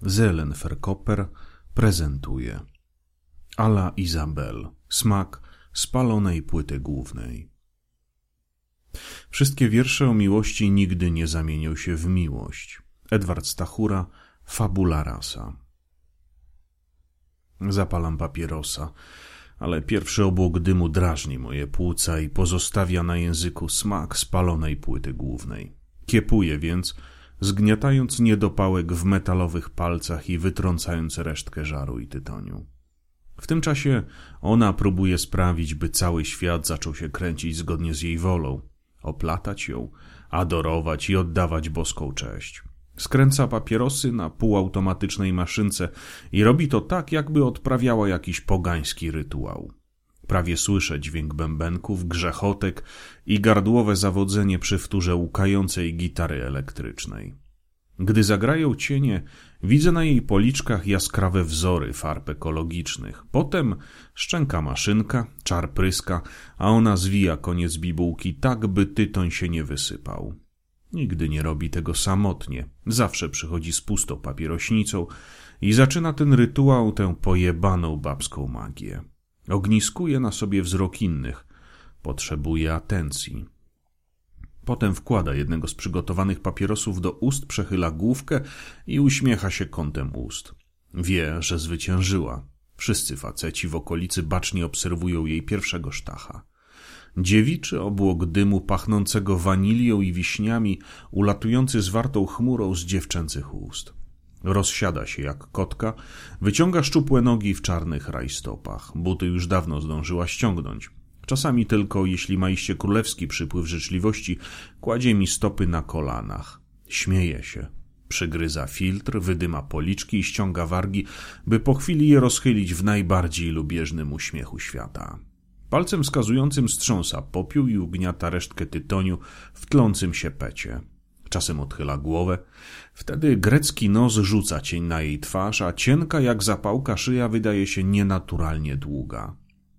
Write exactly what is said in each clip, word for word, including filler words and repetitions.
Seelenverkörper prezentuje Ala Izabel, smak spalonej płyty głównej. Wszystkie wiersze o miłości nigdy nie zamienią się w miłość. Edward Stachura, Fabula rasa. Zapalam papierosa, ale pierwszy obłok dymu drażni moje płuca i pozostawia na języku smak spalonej płyty głównej. Kiepuję więc, zgniatając niedopałek w metalowych palcach i wytrącając resztkę żaru i tytoniu. W tym czasie ona próbuje sprawić, by cały świat zaczął się kręcić zgodnie z jej wolą, oplatać ją, adorować i oddawać boską cześć. Skręca papierosy na półautomatycznej maszynce i robi to tak, jakby odprawiała jakiś pogański rytuał. Prawie słyszę dźwięk bębenków, grzechotek i gardłowe zawodzenie przy wtórze łkającej gitary elektrycznej. Gdy zagrają cienie, widzę na jej policzkach jaskrawe wzory farb ekologicznych. Potem szczęka maszynka, czar pryska, a ona zwija koniec bibułki tak, by tytoń się nie wysypał. Nigdy nie robi tego samotnie. Zawsze przychodzi z pustą papierośnicą i zaczyna ten rytuał, tę pojebaną babską magię. Ogniskuje na sobie wzrok innych. Potrzebuje atencji. Potem wkłada jednego z przygotowanych papierosów do ust, przechyla główkę i uśmiecha się kątem ust. Wie, że zwyciężyła. Wszyscy faceci w okolicy bacznie obserwują jej pierwszego sztacha. Dziewiczy obłok dymu pachnącego wanilią i wiśniami, ulatujący zwartą chmurą z dziewczęcych ust. Rozsiada się jak kotka, wyciąga szczupłe nogi w czarnych rajstopach. Buty już dawno zdążyła ściągnąć. Czasami tylko, jeśli ma iście królewski przypływ życzliwości, kładzie mi stopy na kolanach. Śmieje się. Przygryza filtr, wydyma policzki i ściąga wargi, by po chwili je rozchylić w najbardziej lubieżnym uśmiechu świata. Palcem wskazującym strząsa popiół i ugniata resztkę tytoniu w tlącym się pecie. Czasem odchyla głowę. Wtedy grecki nos rzuca cień na jej twarz, a cienka jak zapałka szyja wydaje się nienaturalnie długa.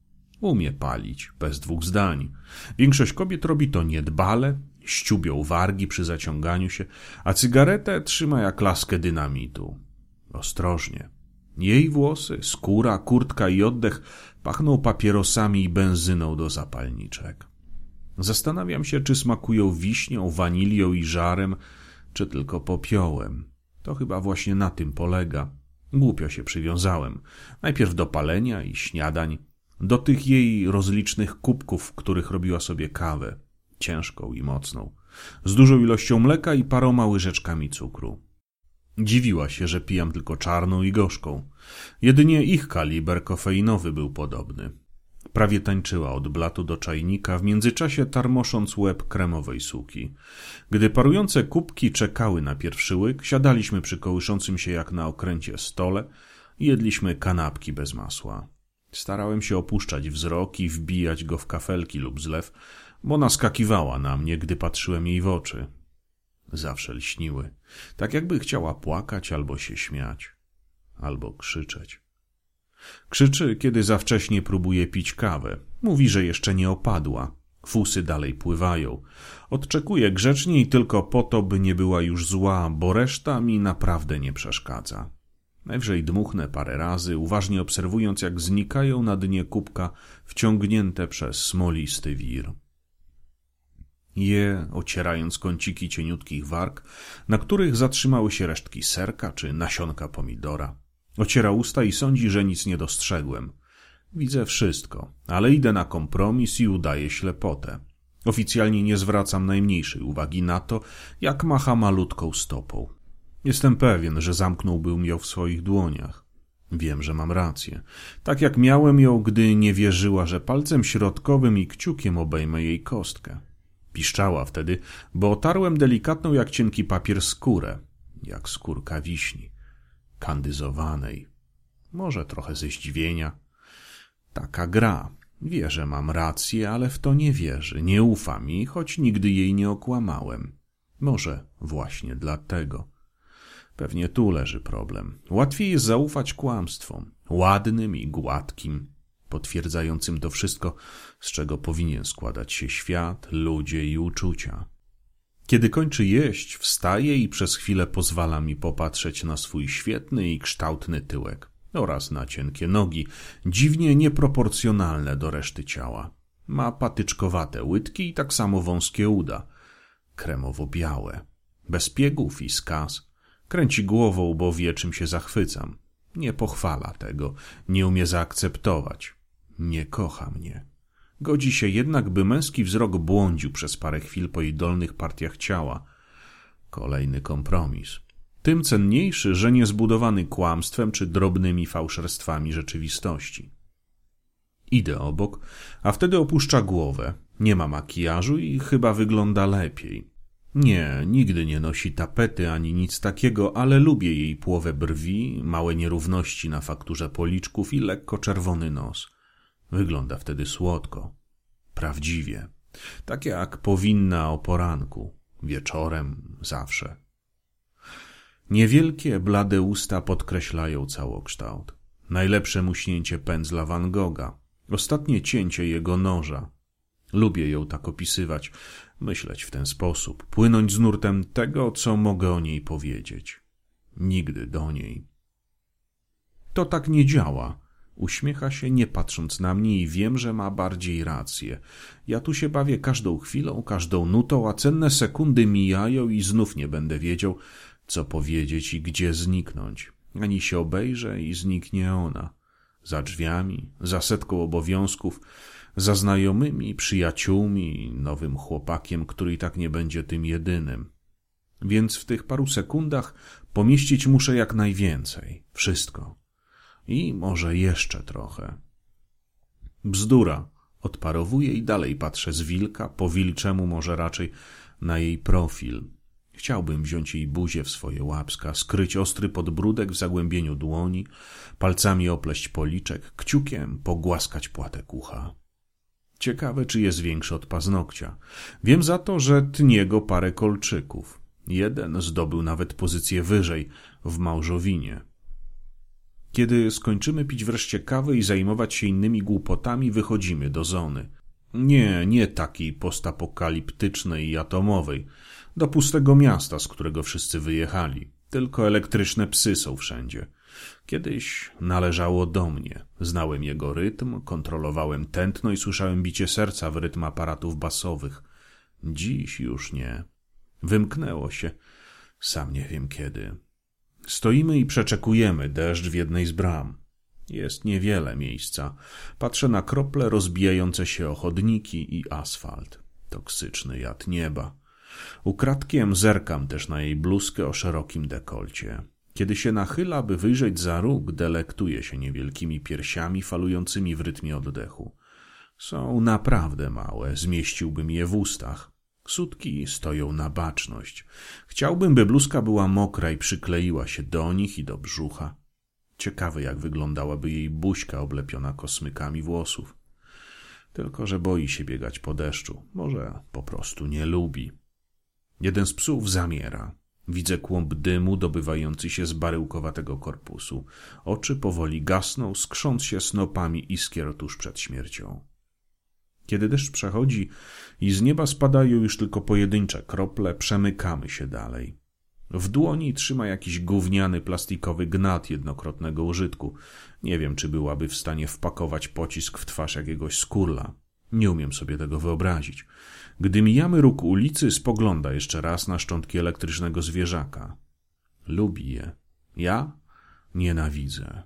Umie palić, bez dwóch zdań. Większość kobiet robi to niedbale, ściubią wargi przy zaciąganiu się, a cygaretę trzyma jak laskę dynamitu. Ostrożnie. Jej włosy, skóra, kurtka i oddech pachną papierosami i benzyną do zapalniczek. Zastanawiam się, czy smakują wiśnią, wanilią i żarem, czy tylko popiołem. To chyba właśnie na tym polega. Głupio się przywiązałem. Najpierw do palenia i śniadań, do tych jej rozlicznych kubków, w których robiła sobie kawę, ciężką i mocną, z dużą ilością mleka i paroma łyżeczkami cukru. Dziwiła się, że pijam tylko czarną i gorzką. Jedynie ich kaliber kofeinowy był podobny. Prawie tańczyła od blatu do czajnika, w międzyczasie tarmosząc łeb kremowej suki. Gdy parujące kubki czekały na pierwszy łyk, siadaliśmy przy kołyszącym się jak na okręcie stole i jedliśmy kanapki bez masła. Starałem się opuszczać wzrok i wbijać go w kafelki lub zlew, bo naskakiwała na mnie, gdy patrzyłem jej w oczy. Zawsze lśniły, tak jakby chciała płakać albo się śmiać, albo krzyczeć. Krzyczy, kiedy za wcześnie próbuje pić kawę. Mówi, że jeszcze nie opadła. Fusy dalej pływają. Odczekuje grzecznie i tylko po to, by nie była już zła, bo reszta mi naprawdę nie przeszkadza. Najwyżej dmuchnę parę razy, uważnie obserwując, jak znikają na dnie kubka wciągnięte przez smolisty wir. Je, ocierając kąciki cieniutkich warg, na których zatrzymały się resztki serka czy nasionka pomidora. Ociera usta i sądzi, że nic nie dostrzegłem. Widzę wszystko, ale idę na kompromis i udaję ślepotę. Oficjalnie nie zwracam najmniejszej uwagi na to, jak macha malutką stopą. Jestem pewien, że zamknąłbym ją w swoich dłoniach. Wiem, że mam rację. Tak jak miałem ją, gdy nie wierzyła, że palcem środkowym i kciukiem obejmę jej kostkę. Piszczała wtedy, bo otarłem delikatną jak cienki papier skórę, jak skórka wiśni, kandyzowanej. Może trochę ze zdziwienia. Taka gra. Wie, że mam rację, ale w to nie wierzy. Nie ufa mi, choć nigdy jej nie okłamałem. Może właśnie dlatego. Pewnie tu leży problem. Łatwiej jest zaufać kłamstwom, ładnym i gładkim, potwierdzającym to wszystko, z czego powinien składać się świat, ludzie i uczucia. Kiedy kończy jeść, wstaje i przez chwilę pozwala mi popatrzeć na swój świetny i kształtny tyłek oraz na cienkie nogi, dziwnie nieproporcjonalne do reszty ciała. Ma patyczkowate łydki i tak samo wąskie uda, kremowo-białe, bez piegów i skaz. Kręci głową, bo wie, czym się zachwycam. Nie pochwala tego, nie umie zaakceptować. Nie kocha mnie. Godzi się jednak, by męski wzrok błądził przez parę chwil po jej dolnych partiach ciała. Kolejny kompromis. Tym cenniejszy, że nie zbudowany kłamstwem czy drobnymi fałszerstwami rzeczywistości. Idę obok, a wtedy opuszcza głowę. Nie ma makijażu i chyba wygląda lepiej. Nie, nigdy nie nosi tapety ani nic takiego, ale lubię jej płowe brwi, małe nierówności na fakturze policzków i lekko czerwony nos. Wygląda wtedy słodko. Prawdziwie. Tak jak powinna o poranku. Wieczorem zawsze. Niewielkie, blade usta podkreślają całokształt. Najlepsze muśnięcie pędzla Van Gogha. Ostatnie cięcie jego noża. Lubię ją tak opisywać, myśleć w ten sposób, płynąć z nurtem tego, co mogę o niej powiedzieć. Nigdy do niej. To tak nie działa. Uśmiecha się, nie patrząc na mnie i wiem, że ma bardziej rację. Ja tu się bawię każdą chwilą, każdą nutą, a cenne sekundy mijają i znów nie będę wiedział, co powiedzieć i gdzie zniknąć. Ani się obejrzę i zniknie ona. Za drzwiami, za setką obowiązków, za znajomymi, przyjaciółmi, nowym chłopakiem, który i tak nie będzie tym jedynym. Więc w tych paru sekundach pomieścić muszę jak najwięcej. Wszystko. I może jeszcze trochę. Bzdura. Odparowuję i dalej patrzę z wilka, po wilczemu może raczej na jej profil. Chciałbym wziąć jej buzię w swoje łapska, skryć ostry podbródek w zagłębieniu dłoni, palcami opleść policzek, kciukiem pogłaskać płatek ucha. Ciekawe, czy jest większy od paznokcia. Wiem za to, że tnie go parę kolczyków. Jeden zdobył nawet pozycję wyżej, w Małżowinie. Kiedy skończymy pić wreszcie kawę i zajmować się innymi głupotami, wychodzimy do zony. Nie, nie takiej postapokaliptycznej i atomowej, do pustego miasta, z którego wszyscy wyjechali. Tylko elektryczne psy są wszędzie. Kiedyś należało do mnie. Znałem jego rytm, kontrolowałem tętno i słyszałem bicie serca w rytm aparatów basowych. Dziś już nie. Wymknęło się. Sam nie wiem kiedy. Stoimy i przeczekujemy deszcz w jednej z bram. Jest niewiele miejsca. Patrzę na krople rozbijające się o chodniki i asfalt. Toksyczny jad nieba. Ukradkiem zerkam też na jej bluzkę o szerokim dekolcie. Kiedy się nachyla, by wyjrzeć za róg, delektuje się niewielkimi piersiami falującymi w rytmie oddechu. Są naprawdę małe, zmieściłbym je w ustach. Sutki stoją na baczność. Chciałbym, by bluzka była mokra i przykleiła się do nich i do brzucha. Ciekawe, jak wyglądałaby jej buźka oblepiona kosmykami włosów. Tylko że boi się biegać po deszczu. Może po prostu nie lubi. Jeden z psów zamiera. Widzę kłąb dymu dobywający się z baryłkowatego korpusu. Oczy powoli gasną, skrząc się snopami iskier tuż przed śmiercią. Kiedy deszcz przechodzi i z nieba spadają już tylko pojedyncze krople, przemykamy się dalej. W dłoni trzyma jakiś gówniany plastikowy gnat jednokrotnego użytku. Nie wiem, czy byłaby w stanie wpakować pocisk w twarz jakiegoś skurla. Nie umiem sobie tego wyobrazić. Gdy mijamy róg ulicy, spogląda jeszcze raz na szczątki elektrycznego zwierzaka. Lubi je. Ja nienawidzę.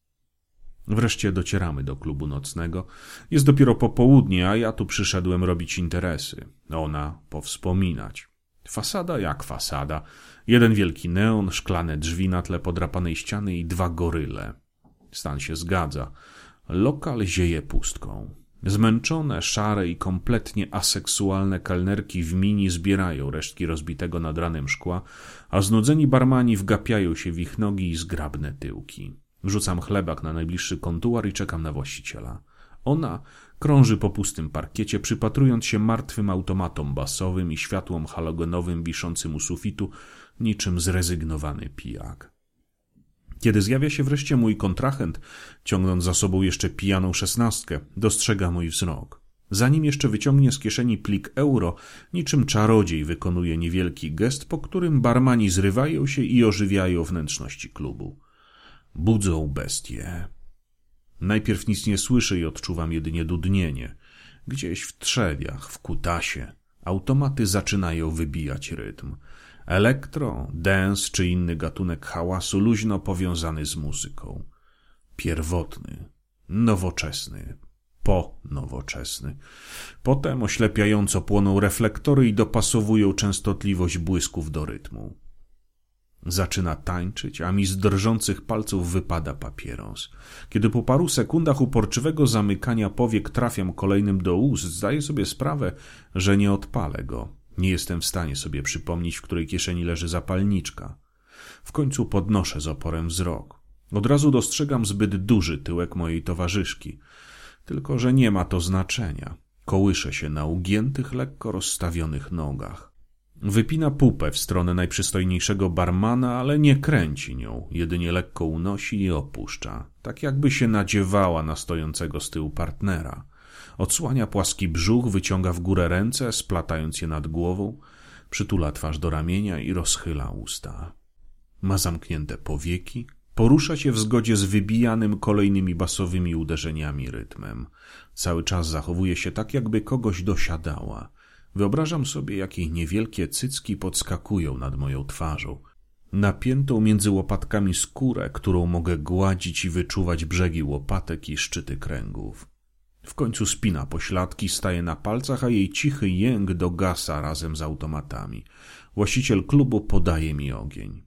Wreszcie docieramy do klubu nocnego. Jest dopiero popołudnie, a ja tu przyszedłem robić interesy. Ona powspominać. Fasada jak fasada. Jeden wielki neon, szklane drzwi na tle podrapanej ściany i dwa goryle. Stan się zgadza. Lokal zieje pustką. Zmęczone, szare i kompletnie aseksualne kelnerki w mini zbierają resztki rozbitego nad ranem szkła, a znudzeni barmani wgapiają się w ich nogi i zgrabne tyłki. Wrzucam chlebak na najbliższy kontuar i czekam na właściciela. Ona krąży po pustym parkiecie, przypatrując się martwym automatom basowym i światłom halogenowym wiszącym u sufitu, niczym zrezygnowany pijak. Kiedy zjawia się wreszcie mój kontrahent, ciągnąc za sobą jeszcze pijaną szesnastkę, dostrzega mój wzrok. Zanim jeszcze wyciągnie z kieszeni plik euro, niczym czarodziej wykonuje niewielki gest, po którym barmani zrywają się i ożywiają wnętrzności klubu. Budzą bestie. Najpierw nic nie słyszę i odczuwam jedynie dudnienie. Gdzieś w trzewiach, w kutasie, automaty zaczynają wybijać rytm. Elektro, dance czy inny gatunek hałasu luźno powiązany z muzyką. Pierwotny, nowoczesny, ponowoczesny. Potem oślepiająco płoną reflektory i dopasowują częstotliwość błysków do rytmu. Zaczyna tańczyć, a mi z drżących palców wypada papieros. Kiedy po paru sekundach uporczywego zamykania powiek trafiam kolejnym do ust, zdaję sobie sprawę, że nie odpalę go. Nie jestem w stanie sobie przypomnieć, w której kieszeni leży zapalniczka. W końcu podnoszę z oporem wzrok. Od razu dostrzegam zbyt duży tyłek mojej towarzyszki. Tylko że nie ma to znaczenia. Kołysze się na ugiętych, lekko rozstawionych nogach. Wypina pupę w stronę najprzystojniejszego barmana, ale nie kręci nią, jedynie lekko unosi i opuszcza, tak jakby się nadziewała na stojącego z tyłu partnera. Odsłania płaski brzuch, wyciąga w górę ręce, splatając je nad głową, przytula twarz do ramienia i rozchyla usta. Ma zamknięte powieki, porusza się w zgodzie z wybijanym kolejnymi basowymi uderzeniami rytmem. Cały czas zachowuje się tak, jakby kogoś dosiadała. Wyobrażam sobie, jak jej niewielkie cycki podskakują nad moją twarzą. Napiętą między łopatkami skórę, którą mogę gładzić i wyczuwać brzegi łopatek i szczyty kręgów. W końcu spina pośladki, staje na palcach, a jej cichy jęk dogasa razem z automatami. Właściciel klubu podaje mi ogień.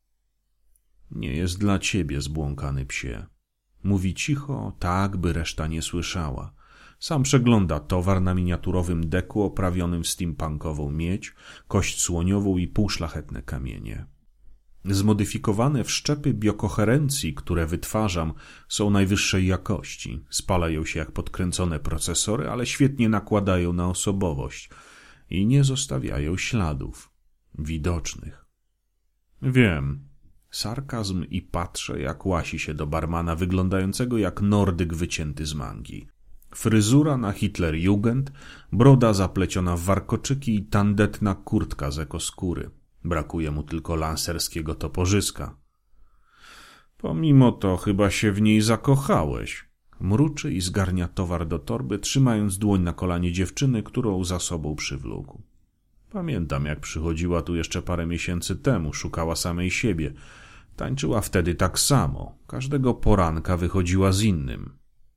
Nie jest dla ciebie, zbłąkany psie. Mówi cicho, tak by reszta nie słyszała. Sam przegląda towar na miniaturowym deku oprawionym w steampunkową miedź, kość słoniową i półszlachetne kamienie. Zmodyfikowane wszczepy biokoherencji, które wytwarzam, są najwyższej jakości. Spalają się jak podkręcone procesory, ale świetnie nakładają na osobowość i nie zostawiają śladów widocznych. Wiem. Sarkazm i patrzę, jak łasi się do barmana wyglądającego jak nordyk wycięty z mangi. Fryzura na Hitlerjugend, broda zapleciona w warkoczyki i tandetna kurtka z ekoskóry. Brakuje mu tylko lancerskiego toporzyska. Pomimo to chyba się w niej zakochałeś. Mruczy i zgarnia towar do torby, trzymając dłoń na kolanie dziewczyny, którą za sobą przywlókł. Pamiętam, jak przychodziła tu jeszcze parę miesięcy temu, szukała samej siebie. Tańczyła wtedy tak samo. Każdego poranka wychodziła z innym.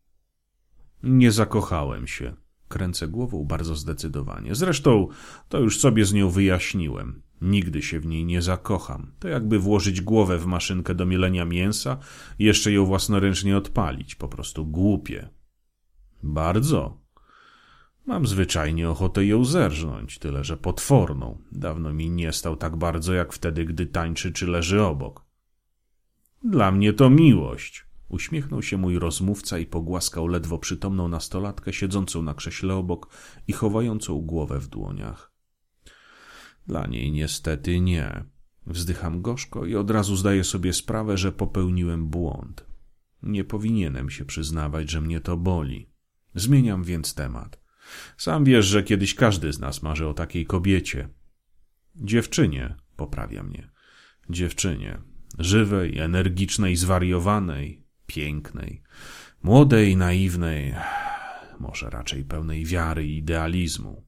Nie zakochałem się. Kręcę głową bardzo zdecydowanie. Zresztą to już sobie z nią wyjaśniłem. Nigdy się w niej nie zakocham. To jakby włożyć głowę w maszynkę do mielenia mięsa i jeszcze ją własnoręcznie odpalić. Po prostu głupie. Bardzo. Mam zwyczajnie ochotę ją zerżnąć, tyle że potworną. Dawno mi nie stał tak bardzo jak wtedy, gdy tańczy czy leży obok. Dla mnie to miłość. Uśmiechnął się mój rozmówca i pogłaskał ledwo przytomną nastolatkę siedzącą na krześle obok i chowającą głowę w dłoniach. Dla niej niestety nie. Wzdycham gorzko i od razu zdaję sobie sprawę, że popełniłem błąd. Nie powinienem się przyznawać, że mnie to boli. Zmieniam więc temat. Sam wiesz, że kiedyś każdy z nas marzy o takiej kobiecie. Dziewczynie, poprawia mnie. Dziewczynie. Żywej, energicznej, zwariowanej, pięknej, młodej, naiwnej, może raczej pełnej wiary i idealizmu.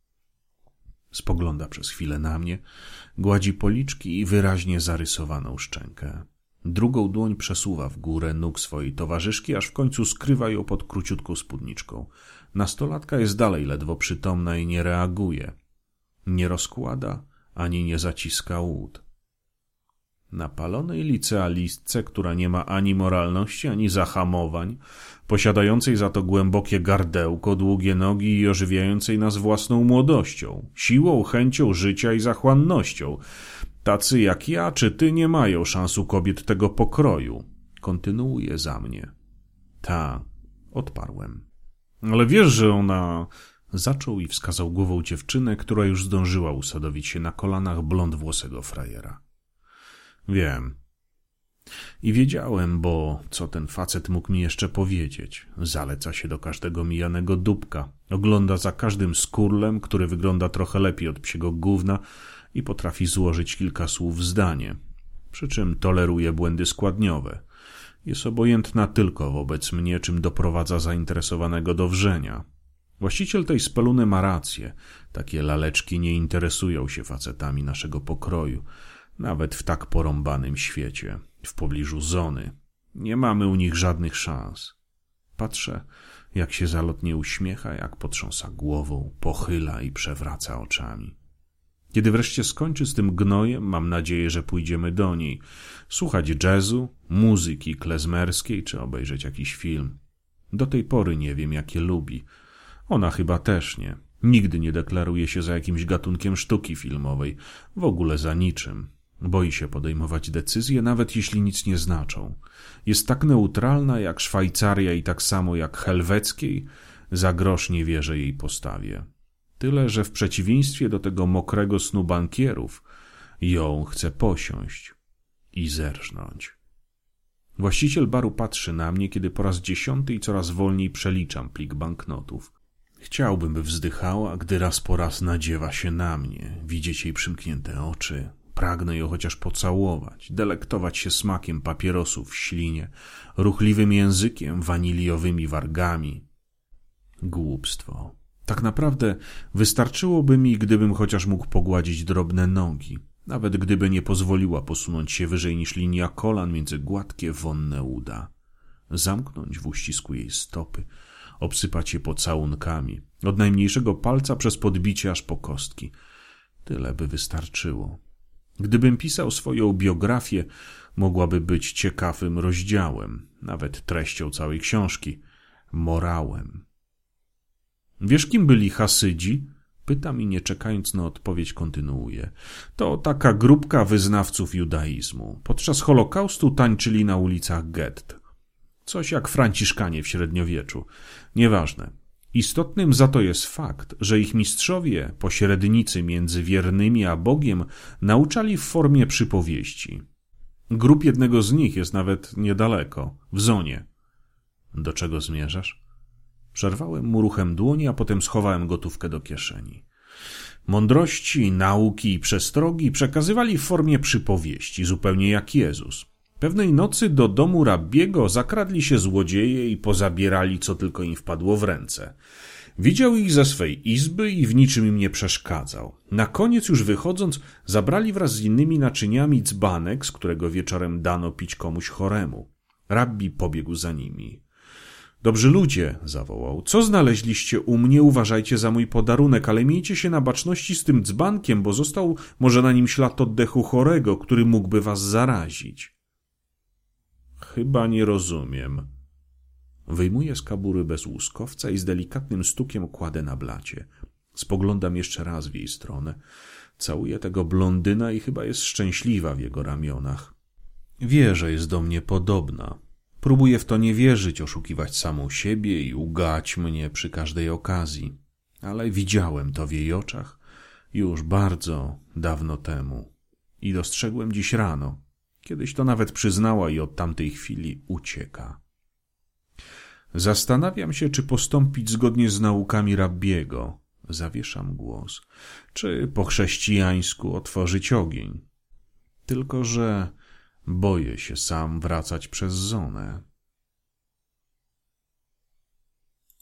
Spogląda przez chwilę na mnie, gładzi policzki i wyraźnie zarysowaną szczękę. Drugą dłoń przesuwa w górę nóg swojej towarzyszki, aż w końcu skrywa ją pod króciutką spódniczką. Nastolatka jest dalej ledwo przytomna i nie reaguje. Nie rozkłada, ani nie zaciska łód. Napalonej licealistce, która nie ma ani moralności, ani zahamowań, posiadającej za to głębokie gardełko, długie nogi i ożywiającej nas własną młodością, siłą, chęcią życia i zachłannością. Tacy jak ja czy ty nie mają szans u kobiet tego pokroju. Kontynuuje za mnie. Ta, odparłem. Ale wiesz, że ona... Zaczął i wskazał głową dziewczynę, która już zdążyła usadowić się na kolanach blond włosego frajera. Wiem. I wiedziałem, bo co ten facet mógł mi jeszcze powiedzieć. Zaleca się do każdego mijanego dupka, ogląda za każdym skurlem, który wygląda trochę lepiej od psiego gówna i potrafi złożyć kilka słów w zdanie. Przy czym toleruje błędy składniowe. Jest obojętna tylko wobec mnie, czym doprowadza zainteresowanego do wrzenia. Właściciel tej speluny ma rację. Takie laleczki nie interesują się facetami naszego pokroju, nawet w tak porąbanym świecie, w pobliżu Zony. Nie mamy u nich żadnych szans. Patrzę, jak się zalotnie uśmiecha, jak potrząsa głową, pochyla i przewraca oczami. Kiedy wreszcie skończy z tym gnojem, mam nadzieję, że pójdziemy do niej, słuchać jazzu, muzyki klezmerskiej czy obejrzeć jakiś film. Do tej pory nie wiem, jakie lubi. Ona chyba też nie. Nigdy nie deklaruje się za jakimś gatunkiem sztuki filmowej, w ogóle za niczym. Boi się podejmować decyzje, nawet jeśli nic nie znaczą. Jest tak neutralna jak Szwajcaria i tak samo jak Helweckiej, za grosz nie wierzę jej postawie. Tyle, że w przeciwieństwie do tego mokrego snu bankierów, ją chce posiąść i zerżnąć. Właściciel baru patrzy na mnie, kiedy po raz dziesiąty i coraz wolniej przeliczam plik banknotów. Chciałbym, by wzdychała, gdy raz po raz nadziewa się na mnie, widzieć jej przymknięte oczy. Pragnę ją chociaż pocałować, delektować się smakiem papierosów w ślinie, ruchliwym językiem, waniliowymi wargami. Głupstwo. Tak naprawdę wystarczyłoby mi, gdybym chociaż mógł pogładzić drobne nogi, nawet gdyby nie pozwoliła posunąć się wyżej niż linia kolan między gładkie, wonne uda. Zamknąć w uścisku jej stopy, obsypać je pocałunkami, od najmniejszego palca przez podbicie aż po kostki. Tyle by wystarczyło. Gdybym pisał swoją biografię, mogłaby być ciekawym rozdziałem, nawet treścią całej książki, morałem. Wiesz, kim byli Hasydzi? Pytam i nie czekając na odpowiedź kontynuuje. To taka grupka wyznawców judaizmu. Podczas Holokaustu tańczyli na ulicach gett. Coś jak Franciszkanie w średniowieczu. Nieważne. Istotnym za to jest fakt, że ich mistrzowie, pośrednicy między wiernymi a Bogiem, nauczali w formie przypowieści. Grób jednego z nich jest nawet niedaleko, w Zonie. Do czego zmierzasz? Przerwałem mu ruchem dłoni, a potem schowałem gotówkę do kieszeni. Mądrości, nauki i przestrogi przekazywali w formie przypowieści, zupełnie jak Jezus. Pewnej nocy do domu rabbiego zakradli się złodzieje i pozabierali, co tylko im wpadło w ręce. Widział ich ze swej izby i w niczym im nie przeszkadzał. Na koniec już wychodząc, zabrali wraz z innymi naczyniami dzbanek, z którego wieczorem dano pić komuś choremu. Rabbi pobiegł za nimi. Dobrzy ludzie, zawołał, co znaleźliście u mnie, uważajcie za mój podarunek, ale miejcie się na baczności z tym dzbankiem, bo został może na nim ślad oddechu chorego, który mógłby was zarazić. Chyba nie rozumiem. Wyjmuję z kabury bez łuskowca i z delikatnym stukiem kładę na blacie. Spoglądam jeszcze raz w jej stronę. Całuję tego blondyna i chyba jest szczęśliwa w jego ramionach. Wie, że jest do mnie podobna. Próbuję w to nie wierzyć, oszukiwać samą siebie i ugać mnie przy każdej okazji. Ale widziałem to w jej oczach już bardzo dawno temu. I dostrzegłem dziś rano. Kiedyś to nawet przyznała i od tamtej chwili ucieka. Zastanawiam się, czy postąpić zgodnie z naukami rabbiego. Zawieszam głos. Czy po chrześcijańsku otworzyć ogień. Tylko że boję się sam wracać przez Zonę.